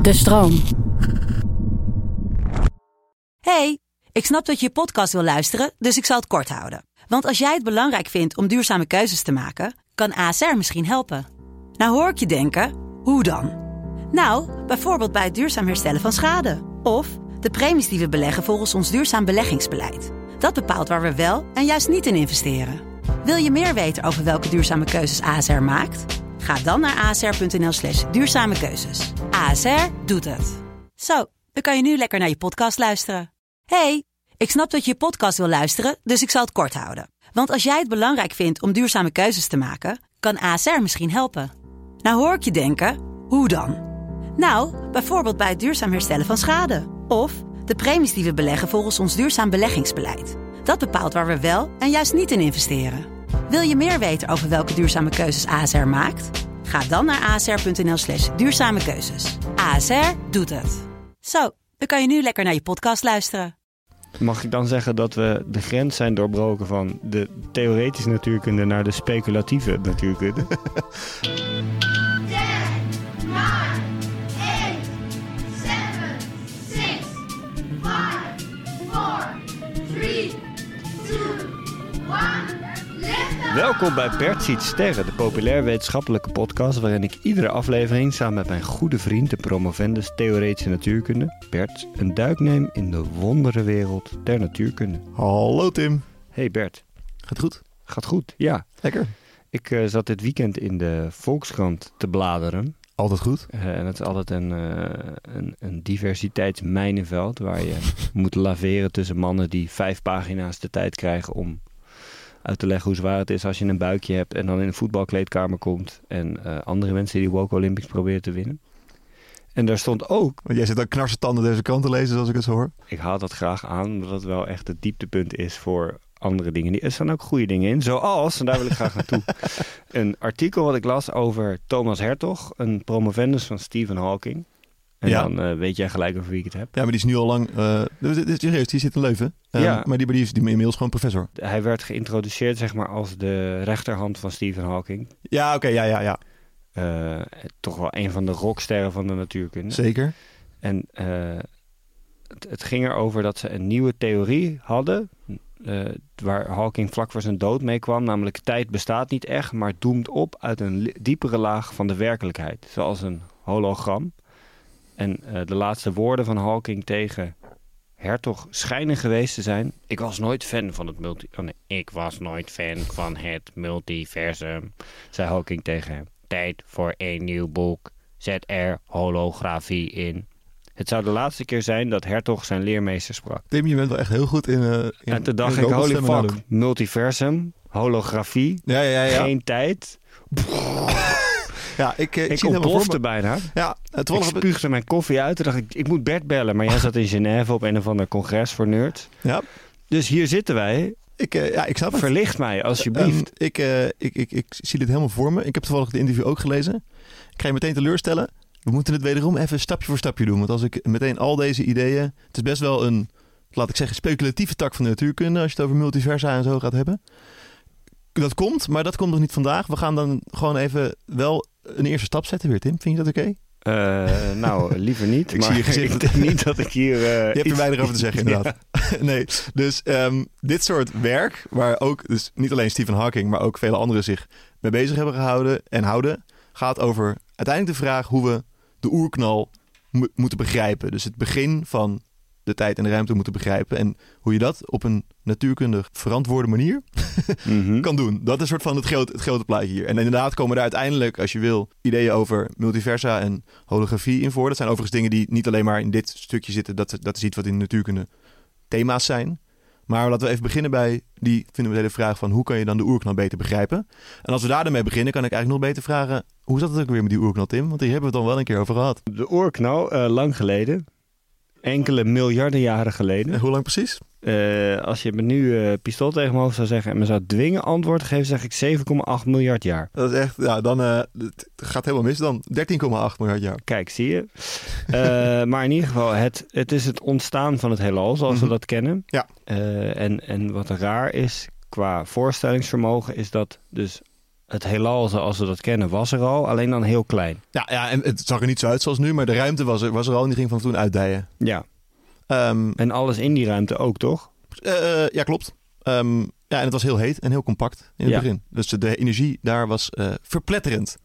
De stroom. Hey, ik snap dat je je podcast wil luisteren, dus ik zal het kort houden. Want als jij het belangrijk vindt om duurzame keuzes te maken, kan ASR misschien helpen. Nou hoor ik je denken, hoe dan? Nou, bijvoorbeeld bij het duurzaam herstellen van schade. Of de premies die we beleggen volgens ons duurzaam beleggingsbeleid. Dat bepaalt waar we wel en juist niet in investeren. Wil je meer weten over welke duurzame keuzes ASR maakt? Ga dan naar asr.nl/duurzame keuzes. ASR doet het. Zo, dan kan je nu lekker naar je podcast luisteren. Hey, ik snap dat je je podcast wil luisteren, dus ik zal het kort houden. Want als jij het belangrijk vindt om duurzame keuzes te maken, kan ASR misschien helpen. Nou hoor ik je denken, hoe dan? Nou, bijvoorbeeld bij het duurzaam herstellen van schade. Of de premies die we beleggen volgens ons duurzaam beleggingsbeleid. Dat bepaalt waar we wel en juist niet in investeren. Wil je meer weten over welke duurzame keuzes ASR maakt? Ga dan naar asr.nl/duurzame keuzes. ASR doet het. Zo, dan kan je nu lekker naar je podcast luisteren. Mag ik dan zeggen dat we de grens zijn doorbroken van de theoretische natuurkunde naar de speculatieve natuurkunde? 10, 9, 8, 7, 6, 5, 4, 3, 2, 1. Welkom bij Bert Ziet Sterren, de populair wetenschappelijke podcast waarin ik iedere aflevering samen met mijn goede vriend, de promovendus theoretische natuurkunde, Bert, een duik neem in de wonderenwereld der natuurkunde. Hallo Tim. Hey Bert. Gaat goed? Gaat goed, ja. Lekker. Ik zat dit weekend in de Volkskrant te bladeren. Altijd goed. En het is altijd een diversiteitsmijnenveld waar je moet laveren tussen mannen die 5 pagina's de tijd krijgen om uit te leggen hoe zwaar het is als je een buikje hebt en dan in een voetbalkleedkamer komt. En andere mensen die Woke Olympics proberen te winnen. En daar stond ook... Want jij zit dan knarsetanden deze krant te lezen, zoals ik het zo hoor. Ik haal dat graag aan, omdat het wel echt het dieptepunt is voor andere dingen. Er staan ook goede dingen in, zoals, en daar wil ik graag naartoe, een artikel wat ik las over Thomas Hertog, een promovendus van Stephen Hawking. En dan weet jij gelijk over wie ik het heb. Ja, maar die is nu al lang... serieus, die zit in Leuven. Maar die is inmiddels gewoon professor. Hij werd geïntroduceerd zeg maar als de rechterhand van Stephen Hawking. Ja, oké, ja. Toch wel een van de rocksterren van de natuurkunde. Zeker. En het ging erover dat ze een nieuwe theorie hadden, waar Hawking vlak voor zijn dood mee kwam. Namelijk, tijd bestaat niet echt, maar doemt op uit een diepere laag van de werkelijkheid. Zoals een hologram. En de laatste woorden van Hawking tegen Hertog schijnen geweest te zijn: ik was nooit fan van het ik was nooit fan van het multiversum, zei Hawking tegen hem. Tijd voor een nieuw boek. Zet er holografie in. Het zou de laatste keer zijn dat Hertog zijn leermeester sprak. Tim, je bent wel echt heel goed in... En toen dacht ik, holy fuck, multiversum, holografie, geen tijd. Ja, ik ontplofte bijna. Ja, ik spuugde mijn koffie uit. Toen dacht ik moet Bert bellen. Maar jij zat in Genève op een of ander congres voor nerds. Ja. Dus hier zitten wij. Ik snap het. Verlicht mij, alsjeblieft. Ik zie dit helemaal voor me. Ik heb toevallig het interview ook gelezen. Ik ga je meteen teleurstellen. We moeten het wederom even stapje voor stapje doen. Want als ik meteen al deze ideeën... Het is best wel een, laat ik zeggen, speculatieve tak van de natuurkunde. Als je het over multiversa en zo gaat hebben. Dat komt, maar dat komt nog niet vandaag. We gaan dan gewoon even wel een eerste stap zetten weer, Tim. Vind je dat oké? Nou, liever niet. Ik zie je gezicht. Ik denk niet dat ik hier... je hebt er weinig over te zeggen, inderdaad. Nee, dus dit soort werk, waar ook dus niet alleen Stephen Hawking, maar ook vele anderen zich mee bezig hebben gehouden en houden, gaat over uiteindelijk de vraag hoe we de oerknal moeten begrijpen. Dus het begin van de tijd en de ruimte moeten begrijpen. En hoe je dat op een natuurkundig verantwoorde manier kan doen. Dat is een soort van het grote plaatje hier. En inderdaad komen er uiteindelijk, als je wil, ideeën over multiversa en holografie in voor. Dat zijn overigens dingen die niet alleen maar in dit stukje zitten. Dat is iets wat in de natuurkunde thema's zijn. Maar laten we even beginnen bij die fundamentele vraag van hoe kan je dan de oerknal beter begrijpen? En als we daarmee beginnen, kan ik eigenlijk nog beter vragen, hoe zat het ook weer met die oerknal, Tim? Want die hebben we het dan wel een keer over gehad. De oerknal, lang geleden. Enkele miljarden jaren geleden. En hoe lang precies? Als je me nu pistool tegen mijn hoofd zou zeggen en me zou dwingen antwoord te geven, zeg ik 7,8 miljard jaar. Dat is echt, ja, dan het gaat helemaal mis dan. 13,8 miljard jaar. Kijk, zie je. Maar in ieder geval, het is het ontstaan van het heelal zoals we dat kennen. Ja. En wat raar is qua voorstellingsvermogen is dat dus het heelal zoals we dat kennen was er al, alleen dan heel klein. Ja, en het zag er niet zo uit zoals nu, maar de ruimte was er al en die ging van toen uitdijen. Ja. Ehm, En alles in die ruimte ook, toch? ja, klopt. Ja, en het was heel heet en heel compact in het Ja. begin. Dus de energie daar was verpletterend.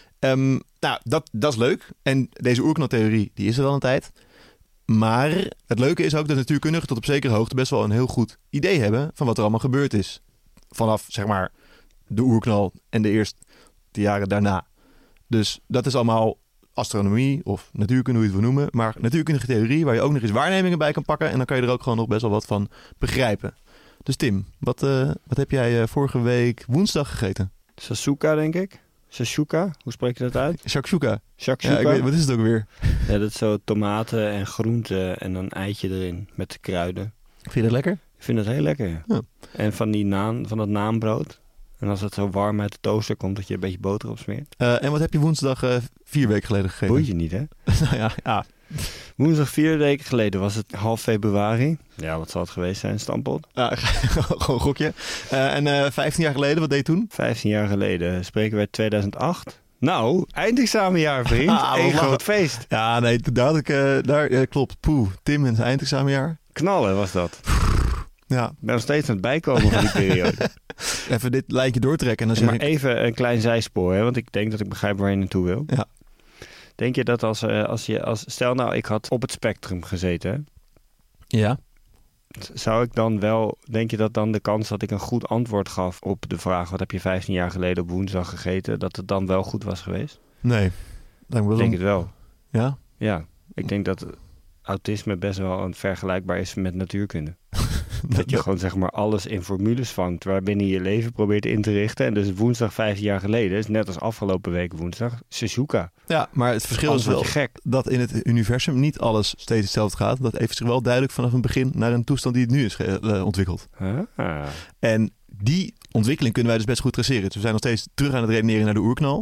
Nou, dat is leuk. En deze oerknaltheorie, die is er al een tijd. Maar het leuke is ook dat natuurkundigen tot op zekere hoogte best wel een heel goed idee hebben van wat er allemaal gebeurd is. Vanaf, zeg maar, de oerknal en de eerste jaren daarna. Dus dat is allemaal astronomie of natuurkunde, hoe je het wil noemen. Maar natuurkundige theorie waar je ook nog eens waarnemingen bij kan pakken. En dan kan je er ook gewoon nog best wel wat van begrijpen. Dus Tim, wat heb jij vorige week woensdag gegeten? Sasuka, denk ik. Sashuka, hoe spreek je dat uit? Shakshuka. Shakshuka. Ja, ik weet, wat is het ook weer? Ja, dat is zo tomaten en groenten en een eitje erin met kruiden. Vind je dat lekker? Ik vind het heel lekker, ja. Ja. En van dat naanbrood. En als het zo warm uit de toaster komt, dat je een beetje boter op smeert. En wat heb je woensdag 4 weken geleden gegeten? Boeit je niet, hè? Nou ja. Woensdag 4 weken geleden was het half februari. Ja, wat zal het geweest zijn, Stamppot? Gewoon een gokje. En 15 jaar geleden, wat deed je toen? 15 jaar geleden spreken we uit 2008. Nou, eindexamenjaar, vriend. Ah, wat Eén lachen. groot feest. Ja, nee, daar had ik... klopt. Poeh, Tim en zijn eindexamenjaar. Knallen was dat. Ja, Ik ben nog steeds aan het bijkomen van die periode. even dit lijntje doortrekken en dan zeg Maar ik... even een klein zijspoor, hè, want ik denk dat ik begrijp waar je naartoe wil. Ja. Denk je dat stel nou, ik had op het spectrum gezeten, hè? Ja. Zou ik dan wel, denk je dat dan de kans dat ik een goed antwoord gaf op de vraag, wat heb je 15 jaar geleden op woensdag gegeten, dat het dan wel goed was geweest? Nee. Ik denk het wel. Ja? Ja, ik denk dat autisme best wel een vergelijkbaar is met natuurkunde. Dat je gewoon zeg maar alles in formules vangt waarbinnen je je leven probeert in te richten. En dus woensdag 15 jaar geleden is net als afgelopen week woensdag Sasuka. Ja, maar het verschil is Anders word wel je gek. dat in het universum niet alles steeds hetzelfde gaat. Dat heeft zich wel duidelijk vanaf het begin naar een toestand die het nu is ontwikkeld. Ah. En die ontwikkeling kunnen wij dus best goed traceren. Dus we zijn nog steeds terug aan het redeneren naar de oerknal.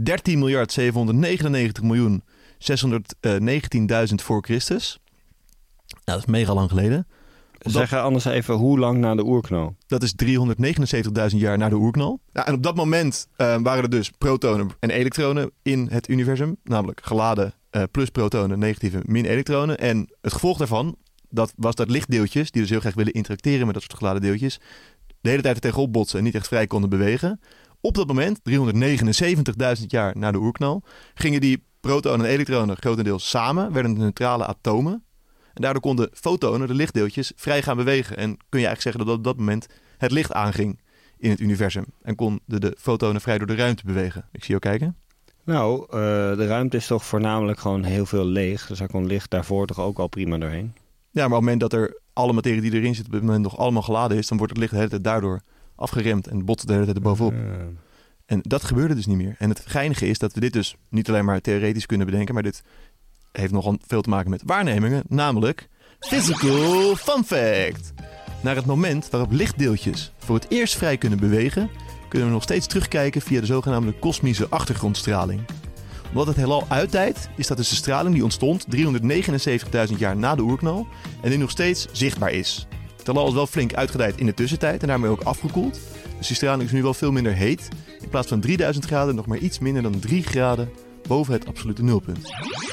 13.799.619.000 voor Christus. Nou, dat is mega lang geleden. Zeg anders even hoe lang na de oerknal? Dat is 379.000 jaar na de oerknal. Ja, en op dat moment waren er dus protonen en elektronen in het universum. Namelijk geladen plus protonen, negatieve min elektronen. En het gevolg daarvan, dat was dat lichtdeeltjes, die dus heel graag willen interacteren met dat soort geladen deeltjes, de hele tijd er tegenop botsen en niet echt vrij konden bewegen. Op dat moment, 379.000 jaar na de oerknal, gingen die protonen en elektronen grotendeels samen, werden neutrale atomen. En daardoor konden fotonen, de lichtdeeltjes, vrij gaan bewegen. En kun je eigenlijk zeggen dat op dat moment het licht aanging in het universum. En konden de fotonen vrij door de ruimte bewegen. Ik zie jou kijken. Nou, de ruimte is toch voornamelijk gewoon heel veel leeg. Dus daar kon licht daarvoor toch ook al prima doorheen. Ja, maar op het moment dat er alle materie die erin zit op dit moment nog allemaal geladen is, dan wordt het licht de hele tijd daardoor afgeremd en botst de hele tijd erbovenop. En dat gebeurde dus niet meer. En het geinige is dat we dit dus niet alleen maar theoretisch kunnen bedenken, maar dit heeft nogal veel te maken met waarnemingen, namelijk physical fun fact. Naar het moment waarop lichtdeeltjes voor het eerst vrij kunnen bewegen, kunnen we nog steeds terugkijken via de zogenaamde kosmische achtergrondstraling. Omdat het heelal uitdijt, is dat dus de straling die ontstond 379.000 jaar na de oerknal en die nog steeds zichtbaar is. Het heelal is wel flink uitgedijd in de tussentijd en daarmee ook afgekoeld. Dus die straling is nu wel veel minder heet. In plaats van 3000 graden nog maar iets minder dan 3 graden boven het absolute nulpunt.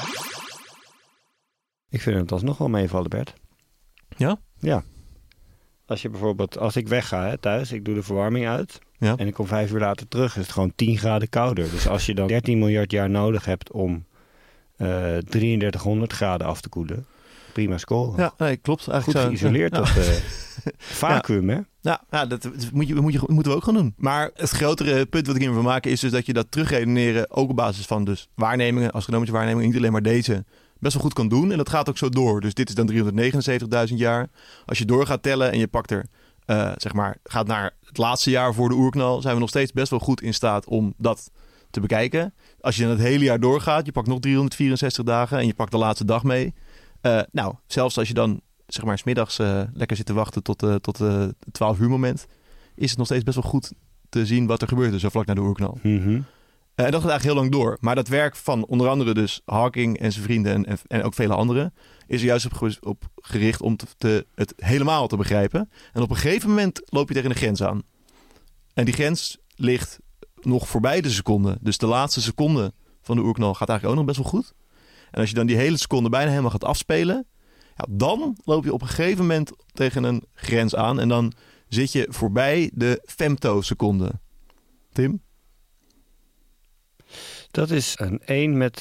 Ik vind het alsnog wel meevallen, Bert. Ja? Ja. Als ik wegga thuis, ik doe de verwarming uit. Ja. En ik kom 5 uur later terug, is het gewoon 10 graden kouder. Dus als je dan 13 miljard jaar nodig hebt om 3300 graden af te koelen, prima score. Ja, nee, klopt. Goed Eigenlijk geïsoleerd, dat vacuüm, hè? Ja, dat moeten we ook gaan doen. Maar het grotere punt wat ik hiervan maak is dus dat je dat terugredeneren ook op basis van dus waarnemingen, astronomische waarnemingen, niet alleen maar deze, best wel goed kan doen. En dat gaat ook zo door. Dus dit is dan 379.000 jaar. Als je door gaat tellen en je pakt er, gaat naar het laatste jaar voor de oerknal, zijn we nog steeds best wel goed in staat om dat te bekijken. Als je dan het hele jaar doorgaat, je pakt nog 364 dagen en je pakt de laatste dag mee. Zelfs als je dan zeg maar 's middags lekker zit te wachten tot het 12 uur moment, is het nog steeds best wel goed te zien wat er gebeurt zo vlak na de oerknal. Mm-hmm. En dat gaat eigenlijk heel lang door. Maar dat werk van onder andere dus Hawking en zijn vrienden en ook vele anderen is er juist op gericht om het helemaal te begrijpen. En op een gegeven moment loop je tegen een grens aan. En die grens ligt nog voorbij de seconde. Dus de laatste seconde van de oerknal gaat eigenlijk ook nog best wel goed. En als je dan die hele seconde bijna helemaal gaat afspelen, ja, dan loop je op een gegeven moment tegen een grens aan. En dan zit je voorbij de femtoseconde. Tim? Dat is een 1 met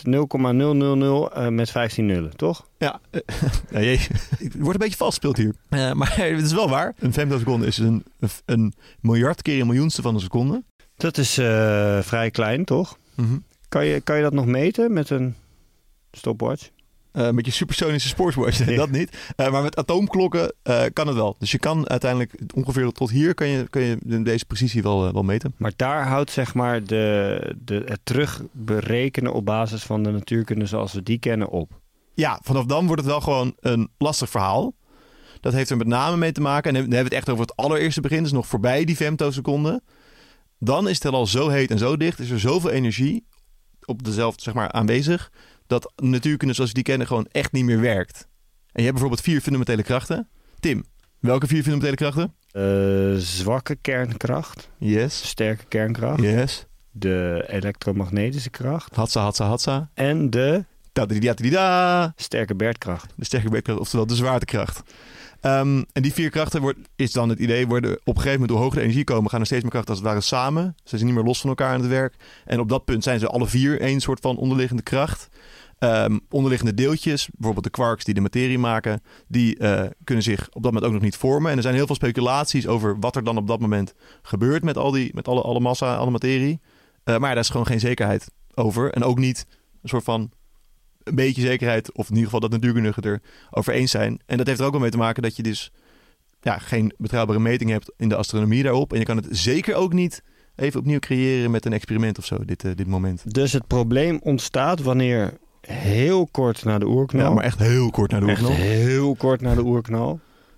0,000 met 15 nullen, toch? Ja, het wordt een beetje vastgespeeld hier. Maar het is wel waar. Een femtoseconde is een miljard keer een miljoenste van een seconde. Dat is vrij klein, toch? Mm-hmm. Kan je dat nog meten met een stopwatch? Met je supersonische sportswatch, nee, dat niet. Maar met atoomklokken kan het wel. Dus je kan uiteindelijk ongeveer tot hier kan je deze precisie wel meten. Maar daar houdt zeg maar het terugberekenen op basis van de natuurkunde zoals we die kennen op. Ja, vanaf dan wordt het wel gewoon een lastig verhaal. Dat heeft er met name mee te maken. En dan hebben we het echt over het allereerste begin. Dus nog voorbij die femtoseconde. Dan is het heelal zo heet en zo dicht. Is er zoveel energie op dezelfde, zeg maar, aanwezig. Dat natuurkunde zoals we die kennen gewoon echt niet meer werkt. En je hebt bijvoorbeeld 4 fundamentele krachten. Tim, welke 4 fundamentele krachten? Zwakke kernkracht. Yes. Sterke kernkracht. Yes. De elektromagnetische kracht. Hatsa. En de Da-da-da-da-da. sterke beerdkracht. De sterke beerdkracht, oftewel de zwaartekracht. En die 4 krachten is dan het idee, worden op een gegeven moment door hogere energie komen, gaan er steeds meer krachten als het ware samen. Ze zijn niet meer los van elkaar aan het werk. En op dat punt zijn ze alle 4 een soort van onderliggende kracht. Onderliggende deeltjes, bijvoorbeeld de quarks die de materie maken, die kunnen zich op dat moment ook nog niet vormen. En er zijn heel veel speculaties over wat er dan op dat moment gebeurt met alle massa, alle materie. Maar daar is gewoon geen zekerheid over. En ook niet een soort van een beetje zekerheid, of in ieder geval dat natuurkundigen er over eens zijn. En dat heeft er ook wel mee te maken dat je dus geen betrouwbare meting hebt in de astronomie daarop. En je kan het zeker ook niet even opnieuw creëren met een experiment of zo, dit moment. Dus het probleem ontstaat wanneer heel kort na de oerknal... Ja, maar echt heel kort na de oerknal. Echt heel kort na de oerknal.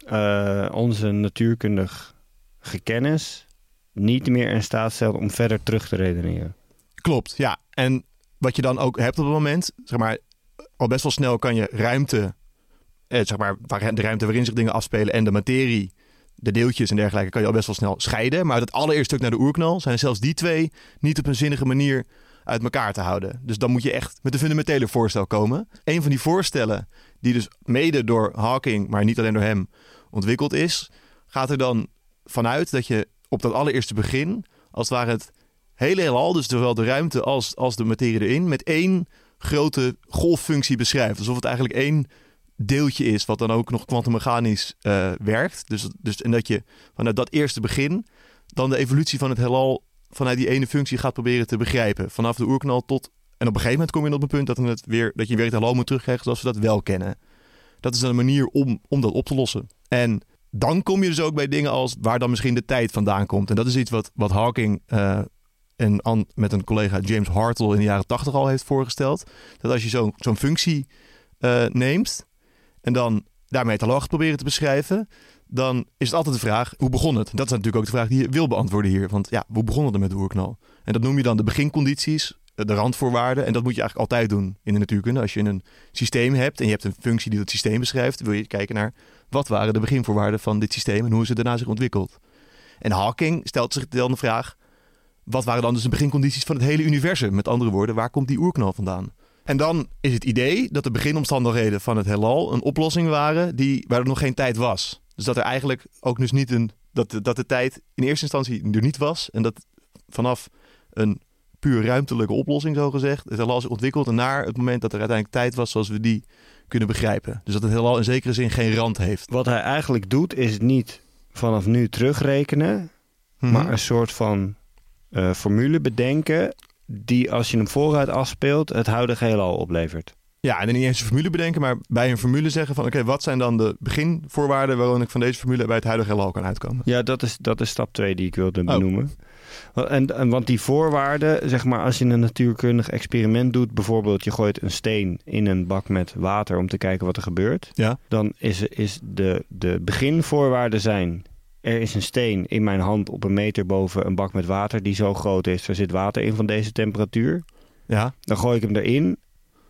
Onze natuurkundig kennis niet meer in staat stelt om verder terug te redeneren. Klopt, ja. En wat je dan ook hebt op het moment, zeg maar, al best wel snel kan je ruimte, zeg maar, de ruimte waarin zich dingen afspelen en de materie, de deeltjes en dergelijke, kan je al best wel snel scheiden. Maar het allereerste stuk naar de oerknal zijn zelfs die 2 niet op een zinnige manier uit elkaar te houden. Dus dan moet je echt met een fundamentele voorstel komen. Een van die voorstellen, die dus mede door Hawking, maar niet alleen door hem, ontwikkeld is, gaat er dan vanuit dat je op dat allereerste begin, als het ware het hele heelal, dus zowel de ruimte als de materie erin, met 1 grote golffunctie beschrijft. Alsof het eigenlijk 1 deeltje is, wat dan ook nog kwantummechanisch werkt. Dus en dat je vanuit dat eerste begin dan de evolutie van het heelal vanuit die ene functie gaat proberen te begrijpen. Vanaf de oerknal tot... En op een gegeven moment kom je op een punt dat je weer het heelal moet terugkrijgen zoals we dat wel kennen. Dat is dan een manier om dat op te lossen. En dan kom je dus ook bij dingen als waar dan misschien de tijd vandaan komt. En dat is iets wat Hawking en met een collega James Hartle in de jaren 80 al heeft voorgesteld. Dat als je zo'n functie neemt en dan daarmee het heelal gaat proberen te beschrijven, dan is het altijd de vraag, hoe begon het? Dat is natuurlijk ook de vraag die je wil beantwoorden hier. Want ja, hoe begon het er met de oerknal? En dat noem je dan de begincondities, de randvoorwaarden. En dat moet je eigenlijk altijd doen in de natuurkunde. Als je een systeem hebt en je hebt een functie die dat systeem beschrijft, wil je kijken naar wat waren de beginvoorwaarden van dit systeem en hoe is het daarna zich ontwikkeld. En Hawking stelt zich dan de vraag, wat waren dan dus de begincondities van het hele universum? Met andere woorden, waar komt die oerknal vandaan? En dan is het idee dat de beginomstandigheden van het heelal een oplossing waren waar er nog geen tijd was. Dus dat er eigenlijk ook dus niet dat de tijd in eerste instantie er niet was. En dat vanaf een puur ruimtelijke oplossing, zo gezegd, het heelal zich ontwikkelde naar het moment dat er uiteindelijk tijd was zoals we die kunnen begrijpen. Dus dat het heelal in zekere zin geen rand heeft. Wat hij eigenlijk doet is niet vanaf nu terugrekenen, maar een soort van formule bedenken die als je hem vooruit afspeelt het huidige heelal oplevert. Ja, en dan niet eens een formule bedenken, maar bij een formule zeggen van oké, wat zijn dan de beginvoorwaarden waarom ik van deze formule bij het huidige heelal kan uitkomen? Ja, dat is stap 2 die ik wilde benoemen. Want die voorwaarden, zeg maar, als je een natuurkundig experiment doet, bijvoorbeeld je gooit een steen in een bak met water om te kijken wat er gebeurt, ja, dan is de beginvoorwaarden zijn: er is een steen in mijn hand op 1 meter boven een bak met water die zo groot is, er zit water in van deze temperatuur. Ja. Dan gooi ik hem erin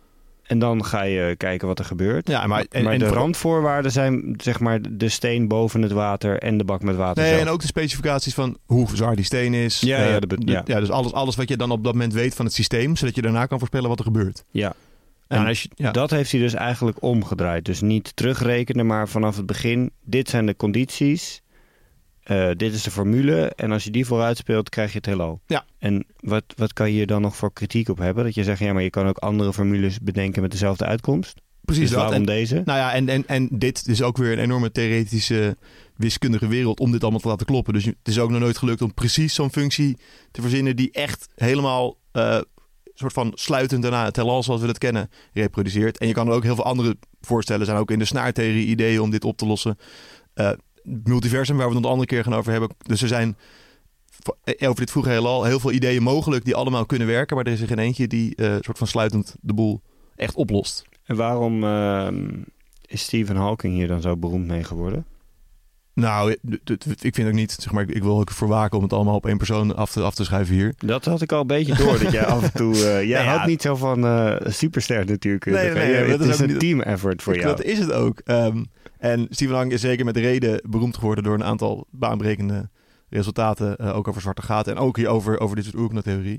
En dan ga je kijken wat er gebeurt. Ja, maar de randvoorwaarden zijn zeg maar de steen boven het water en de bak met water Nee, zelf. en ook de specificaties van hoe zwaar die steen is. Ja, dus alles wat je dan op dat moment weet van het systeem, zodat je daarna kan voorspellen wat er gebeurt. Ja. En dat heeft hij dus eigenlijk omgedraaid. Dus niet terugrekenen, maar vanaf het begin. Dit zijn de condities. Dit is de formule. En als je die vooruit speelt, krijg je het heelal. Ja. En wat kan je hier dan nog voor kritiek op hebben? Dat je zegt, ja, maar je kan ook andere formules bedenken met dezelfde uitkomst. Precies dus dat. waarom deze? Nou ja, en dit is ook weer een enorme theoretische wiskundige wereld om dit allemaal te laten kloppen. Dus het is ook nog nooit gelukt om precies zo'n functie te verzinnen die echt helemaal soort van sluitend daarna het heelal zoals we dat kennen reproduceert. En je kan er ook heel veel andere voorstellen. Er zijn ook in de snaartheorie ideeën om dit op te lossen. Multiversum, waar we het nog een andere keer gaan over hebben. Dus er zijn over dit vroege heelal heel veel ideeën mogelijk die allemaal kunnen werken. Maar er is er geen eentje die soort van sluitend de boel echt oplost. En waarom is Stephen Hawking hier dan zo beroemd mee geworden? Nou, ik vind ook niet, zeg maar, ik wil ook voor waken om het allemaal op één persoon af te schuiven hier. Dat had ik al een beetje door, dat jij af en toe... jij had niet zo van superster natuurlijk. Nee, het dat is een niet, team effort voor jou. Dat is het ook. En Stephen Hawking is zeker met reden beroemd geworden door een aantal baanbrekende resultaten, ook over zwarte gaten en ook hier over dit soort oerknaltheorie.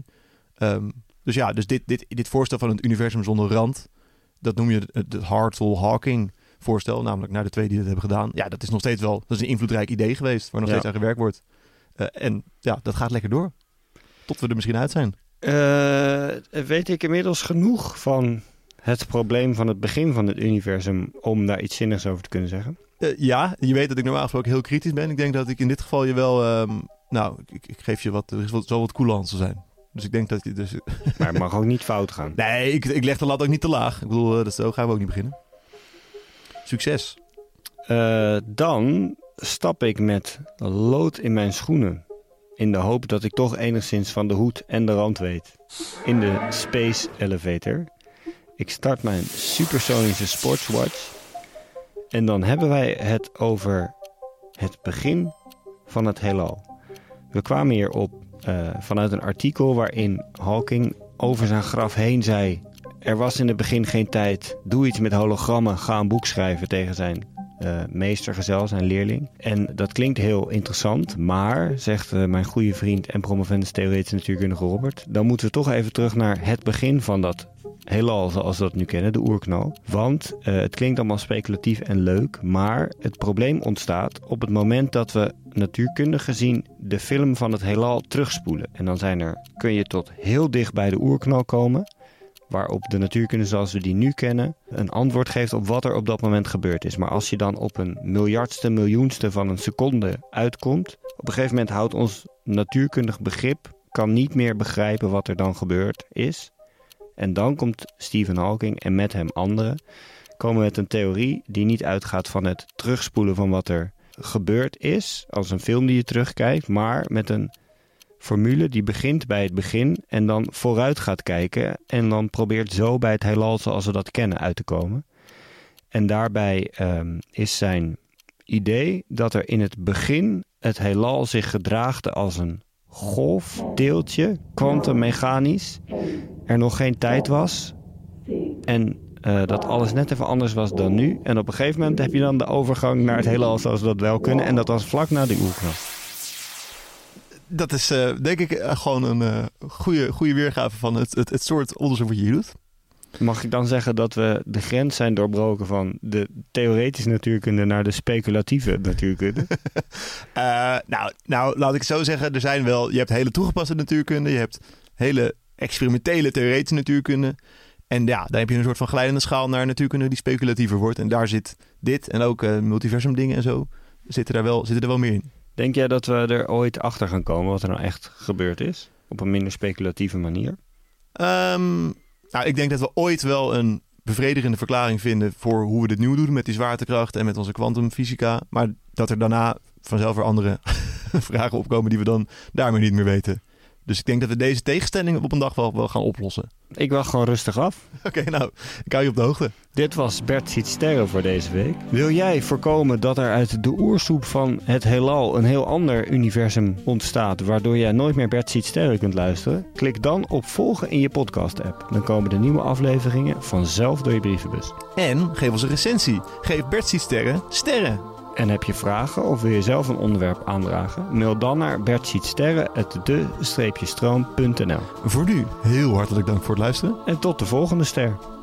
Dus dit voorstel van het universum zonder rand, dat noem je het Hartle-Hawking voorstel, namelijk naar de twee die dat hebben gedaan. Ja, dat is nog steeds wel, dat is een invloedrijk idee geweest, waar nog steeds aan gewerkt wordt. En ja, dat gaat lekker door. Tot we er misschien uit zijn. Weet ik inmiddels genoeg van het probleem van het begin van het universum om daar iets zinnigs over te kunnen zeggen? Ja, je weet dat ik normaal gesproken heel kritisch ben. Ik denk dat ik in dit geval je wel... ik geef je wat... Er zal wat coulance zijn. Dus ik denk dat je... Dus... Maar het mag ook niet fout gaan. Nee, ik leg de lat ook niet te laag. Ik bedoel, zo gaan we ook niet beginnen. Succes. Dan stap ik met lood in mijn schoenen. In de hoop dat ik toch enigszins van de hoed en de rand weet. In de Space Elevator. Ik start mijn supersonische sportswatch. En dan hebben wij het over het begin van het heelal. We kwamen hier op vanuit een artikel waarin Hawking over zijn graf heen zei... Er was in het begin geen tijd. Doe iets met hologrammen. Ga een boek schrijven tegen zijn meestergezel, zijn leerling. En dat klinkt heel interessant. Maar, zegt mijn goede vriend en promovendus theoretische natuurkundige Robert... dan moeten we toch even terug naar het begin van dat heelal zoals we dat nu kennen, de oerknal. Want het klinkt allemaal speculatief en leuk. Maar het probleem ontstaat op het moment dat we natuurkundig gezien de film van het heelal terugspoelen. En dan kun je tot heel dicht bij de oerknal komen... waarop de natuurkunde zoals we die nu kennen een antwoord geeft op wat er op dat moment gebeurd is. Maar als je dan op een miljardste, miljoenste van een seconde uitkomt... op een gegeven moment houdt ons natuurkundig begrip... kan niet meer begrijpen wat er dan gebeurd is. En dan komt Stephen Hawking en met hem anderen... komen met een theorie die niet uitgaat van het terugspoelen van wat er gebeurd is... als een film die je terugkijkt, maar met een... formule die begint bij het begin en dan vooruit gaat kijken... en dan probeert zo bij het heelal zoals we dat kennen uit te komen. En daarbij is zijn idee dat er in het begin het heelal zich gedraagde als een golfdeeltje, kwantummechanisch. Er nog geen tijd was en dat alles net even anders was dan nu. En op een gegeven moment heb je dan de overgang naar het heelal zoals we dat wel kunnen. En dat was vlak na de oerknal. Dat is denk ik gewoon een goede weergave van het soort onderzoek wat je hier doet. Mag ik dan zeggen dat we de grens zijn doorbroken van de theoretische natuurkunde naar de speculatieve natuurkunde? Nou, laat ik zo zeggen. Je hebt hele toegepaste natuurkunde. Je hebt hele experimentele theoretische natuurkunde. En ja, dan heb je een soort van glijdende schaal naar natuurkunde die speculatiever wordt. En daar zit dit en ook multiversum dingen en zo. Zitten er wel meer in. Denk jij dat we er ooit achter gaan komen wat er nou echt gebeurd is? Op een minder speculatieve manier? Ik denk dat we ooit wel een bevredigende verklaring vinden voor hoe we dit nu doen met die zwaartekracht en met onze kwantumfysica. Maar dat er daarna vanzelf weer andere vragen opkomen die we dan daarmee niet meer weten Dus ik denk dat we deze tegenstelling op een dag wel gaan oplossen. Ik wacht gewoon rustig af. Oké, nou, ik hou je op de hoogte. Dit was Bert Ziet Sterren voor deze week. Wil jij voorkomen dat er uit de oersoep van het heelal een heel ander universum ontstaat, waardoor jij nooit meer Bert Ziet Sterren kunt luisteren? Klik dan op volgen in je podcast-app. Dan komen de nieuwe afleveringen vanzelf door je brievenbus. En geef ons een recensie. Geef Bert Ziet Sterren sterren. En heb je vragen of wil je zelf een onderwerp aandragen? Mail dan naar bertzietsterren@de-stroom.nl. Voor nu heel hartelijk dank voor het luisteren. En tot de volgende ster.